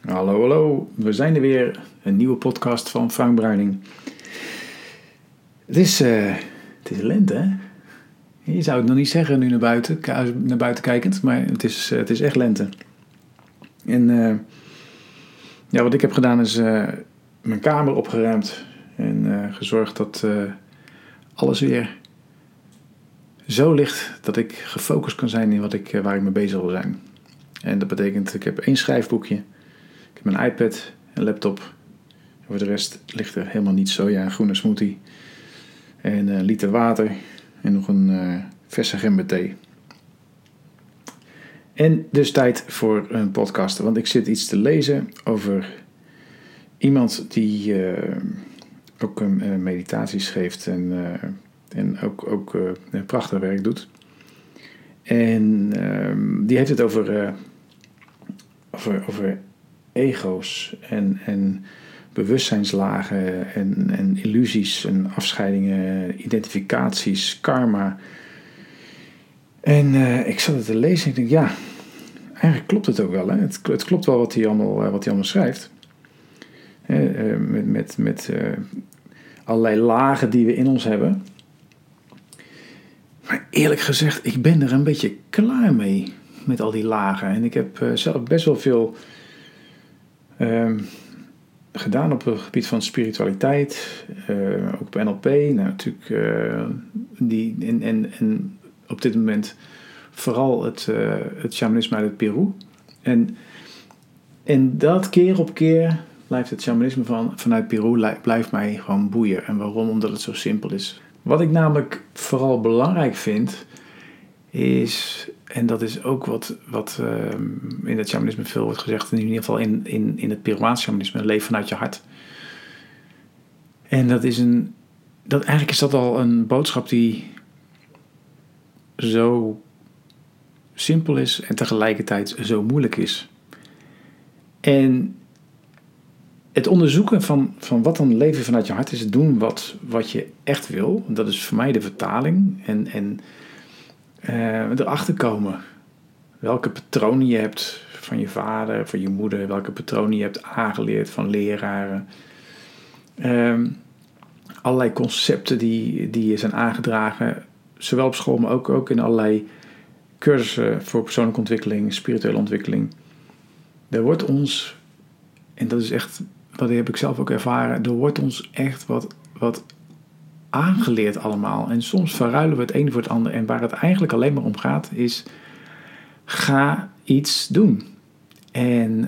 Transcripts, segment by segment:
Hallo, hallo. We zijn er weer. Een nieuwe podcast van Frank Bruining. Het is lente, hè? Je zou het nog niet zeggen nu naar buiten kijkend, maar het is echt lente. En wat ik heb gedaan is mijn kamer opgeruimd en gezorgd dat alles weer zo ligt dat ik gefocust kan zijn in waar ik mee bezig wil zijn. En dat betekent, ik heb 1 schrijfboekje, ik heb mijn iPad, een laptop. Voor de rest ligt er helemaal niets zo. Ja, een groene smoothie en een liter water en nog een verse gemberthee. En dus tijd voor een podcast, want ik zit iets te lezen over iemand die ook meditaties geeft en ook prachtig werk doet. En die heeft het over ego's en bewustzijnslagen en illusies en afscheidingen, identificaties, karma. En ik zat het te lezen en ik denk, ja, eigenlijk klopt het ook wel. Hè? Het klopt wel wat hij allemaal schrijft. Met allerlei lagen die we in ons hebben. Maar eerlijk gezegd, ik ben er een beetje klaar mee met al die lagen. En ik heb zelf best wel veel gedaan op het gebied van spiritualiteit, ook op NLP. Nou, natuurlijk en op dit moment vooral het shamanisme uit het Peru. En dat keer op keer blijft het shamanisme vanuit Peru blijft mij gewoon boeien. En waarom? Omdat het zo simpel is. Wat ik namelijk vooral belangrijk vind is, en dat is ook wat in het shamanisme veel wordt gezegd, in ieder geval in het Peruaanse shamanisme, leef vanuit je hart. En eigenlijk is dat al een boodschap die zo simpel is en tegelijkertijd zo moeilijk is. En het onderzoeken van wat dan leven vanuit je hart is, het doen wat je echt wil. Dat is voor mij de vertaling. En erachter komen welke patronen je hebt van je vader, van je moeder, welke patronen je hebt aangeleerd van leraren. Allerlei concepten die je zijn aangedragen, zowel op school, maar ook in allerlei cursussen voor persoonlijke ontwikkeling, spirituele ontwikkeling. Er wordt ons, en dat is echt, wat heb ik zelf ook ervaren, er wordt ons echt wat aangeleerd allemaal. En soms verruilen we het een voor het ander. En waar het eigenlijk alleen maar om gaat is, ga iets doen. En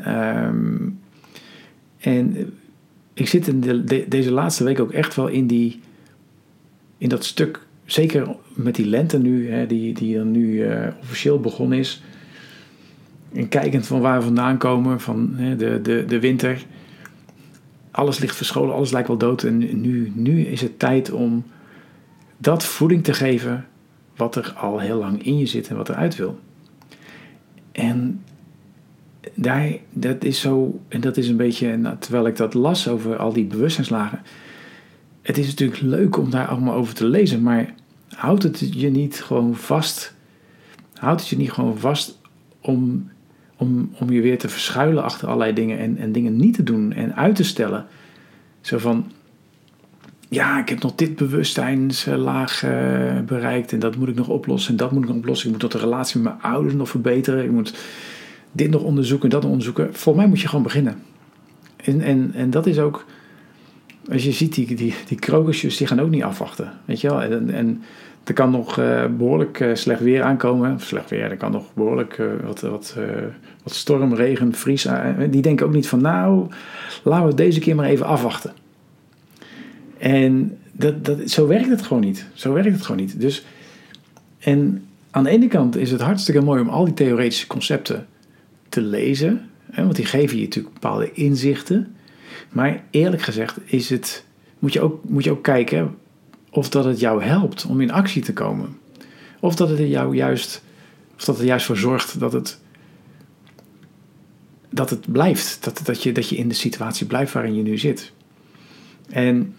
ik zit in deze laatste week ook echt wel in dat stuk, zeker met die lente nu, hè, die dan nu officieel begonnen is. En kijkend van waar we vandaan komen, van de winter. Alles ligt verscholen, alles lijkt wel dood. En nu is het tijd om dat voeding te geven wat er al heel lang in je zit en wat eruit wil. En dat is zo, en dat is een beetje, terwijl ik dat las over al die bewustzijnslagen. Het is natuurlijk leuk om daar allemaal over te lezen, maar houdt het je niet gewoon vast? Houdt het je niet gewoon vast om je weer te verschuilen achter allerlei dingen en dingen niet te doen en uit te stellen? Zo van, ja, ik heb nog dit bewustzijnslaag bereikt en dat moet ik nog oplossen en dat moet ik nog oplossen. Ik moet nog de relatie met mijn ouders nog verbeteren. Ik moet dit nog onderzoeken en dat nog onderzoeken. Volgens mij moet je gewoon beginnen. En dat is ook, als je ziet, die krokusjes, die gaan ook niet afwachten. Weet je wel? En er kan nog behoorlijk slecht weer aankomen. Slecht weer, er kan nog behoorlijk wat storm, regen, vries. Die denken ook niet van, nou, laten we het deze keer maar even afwachten. En zo werkt het gewoon niet. Dus, en aan de ene kant is het hartstikke mooi om al die theoretische concepten te lezen. Hè, want die geven je natuurlijk bepaalde inzichten. Maar eerlijk gezegd moet je ook kijken of dat het jou helpt om in actie te komen. Of dat het er juist voor zorgt dat het blijft. Dat je in de situatie blijft waarin je nu zit. En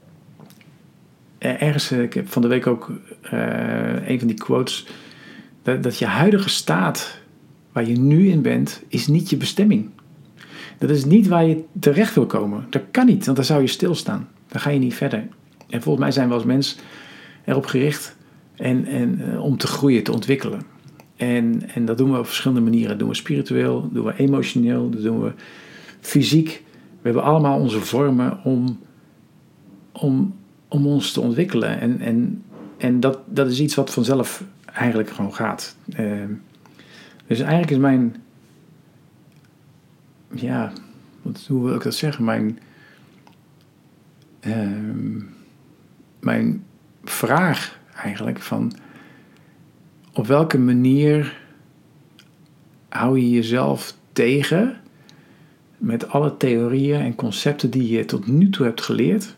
ergens, ik heb van de week ook een van die quotes, dat je huidige staat waar je nu in bent, is niet je bestemming. Dat is niet waar je terecht wil komen. Dat kan niet, want dan zou je stilstaan. Dan ga je niet verder. En volgens mij zijn we als mens erop gericht om te groeien, te ontwikkelen. En dat doen we op verschillende manieren. Dat doen we spiritueel, dat doen we emotioneel, dat doen we fysiek. We hebben allemaal onze vormen om ons te ontwikkelen. En dat is iets wat vanzelf eigenlijk gewoon gaat. Dus eigenlijk is mijn... Ja, hoe wil ik dat zeggen? Mijn vraag eigenlijk van... Op welke manier hou je jezelf tegen met alle theorieën en concepten die je tot nu toe hebt geleerd?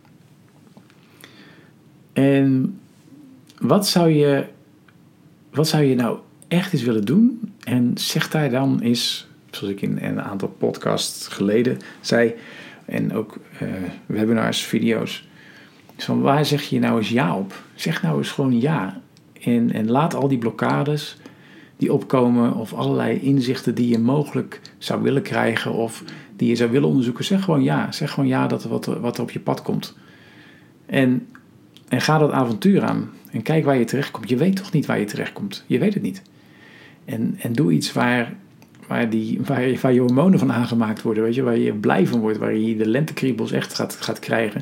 En wat zou je nou echt eens willen doen? En zeg daar dan eens, zoals ik in een aantal podcasts geleden zei, en ook webinars, video's, van waar zeg je nou eens ja op? Zeg nou eens gewoon ja. En laat al die blokkades die opkomen of allerlei inzichten die je mogelijk zou willen krijgen of die je zou willen onderzoeken, zeg gewoon ja. Zeg gewoon ja dat wat er op je pad komt. En ga dat avontuur aan. En kijk waar je terechtkomt. Je weet toch niet waar je terechtkomt. Je weet het niet. En doe iets waar je hormonen van aangemaakt worden. Weet je, waar je blij van wordt. Waar je de lentekriebels echt gaat krijgen.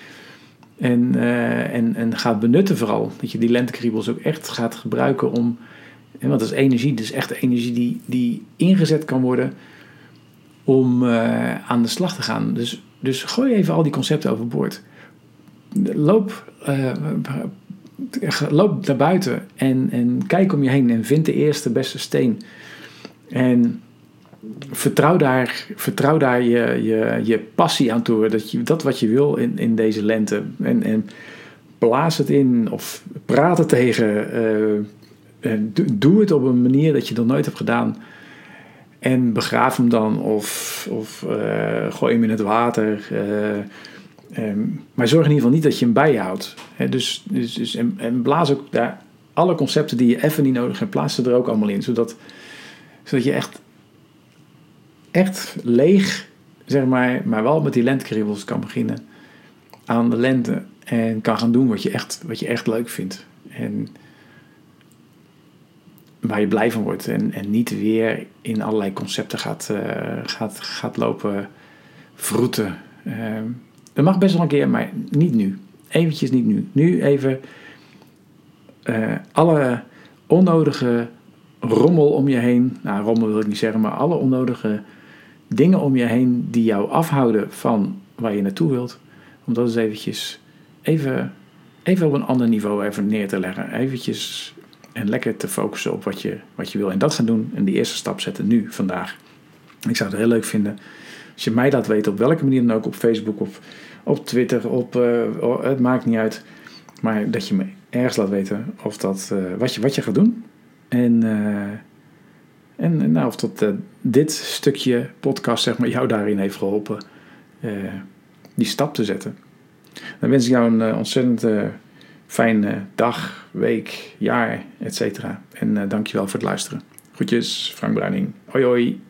En gaat benutten vooral. Dat je die lentekriebels ook echt gaat gebruiken om... Want dat is energie. Dat is echt energie die ingezet kan worden om aan de slag te gaan. Dus gooi even al die concepten overboord. Loop naar buiten en kijk om je heen en vind de eerste beste steen. En vertrouw daar je passie aan toe. Dat wat je wil in deze lente. En blaas het in of praat het tegen. Doe het op een manier dat je dat nooit hebt gedaan. En begraaf hem dan of gooi hem in het water. Maar zorg in ieder geval niet dat je hem bij je houdt. En blaas ook daar alle concepten die je even niet nodig hebt, plaats ze er ook allemaal in. Zodat je echt leeg, zeg maar wel met die lentekriebels kan beginnen aan de lente. En kan gaan doen wat je echt leuk vindt. En waar je blij van wordt. En niet weer in allerlei concepten gaat lopen vroeten. Dat mag best wel een keer, maar niet nu. Eventjes niet nu. Nu even alle onnodige rommel om je heen. Nou, rommel wil ik niet zeggen, maar alle onnodige dingen om je heen die jou afhouden van waar je naartoe wilt. Om dat eens eventjes even op een ander niveau even neer te leggen. Eventjes en lekker te focussen op wat je wil. En dat gaan doen en die eerste stap zetten nu, vandaag. Ik zou het heel leuk vinden als je mij laat weten op welke manier dan ook. Op Facebook of op Twitter. Het maakt niet uit. Maar dat je me ergens laat weten of dat, wat je gaat doen. En of dit stukje podcast zeg maar, jou daarin heeft geholpen die stap te zetten. Dan wens ik jou een ontzettend fijne dag, week, jaar, etc. En dankjewel voor het luisteren. Groetjes, Frank Bruining. Hoi hoi.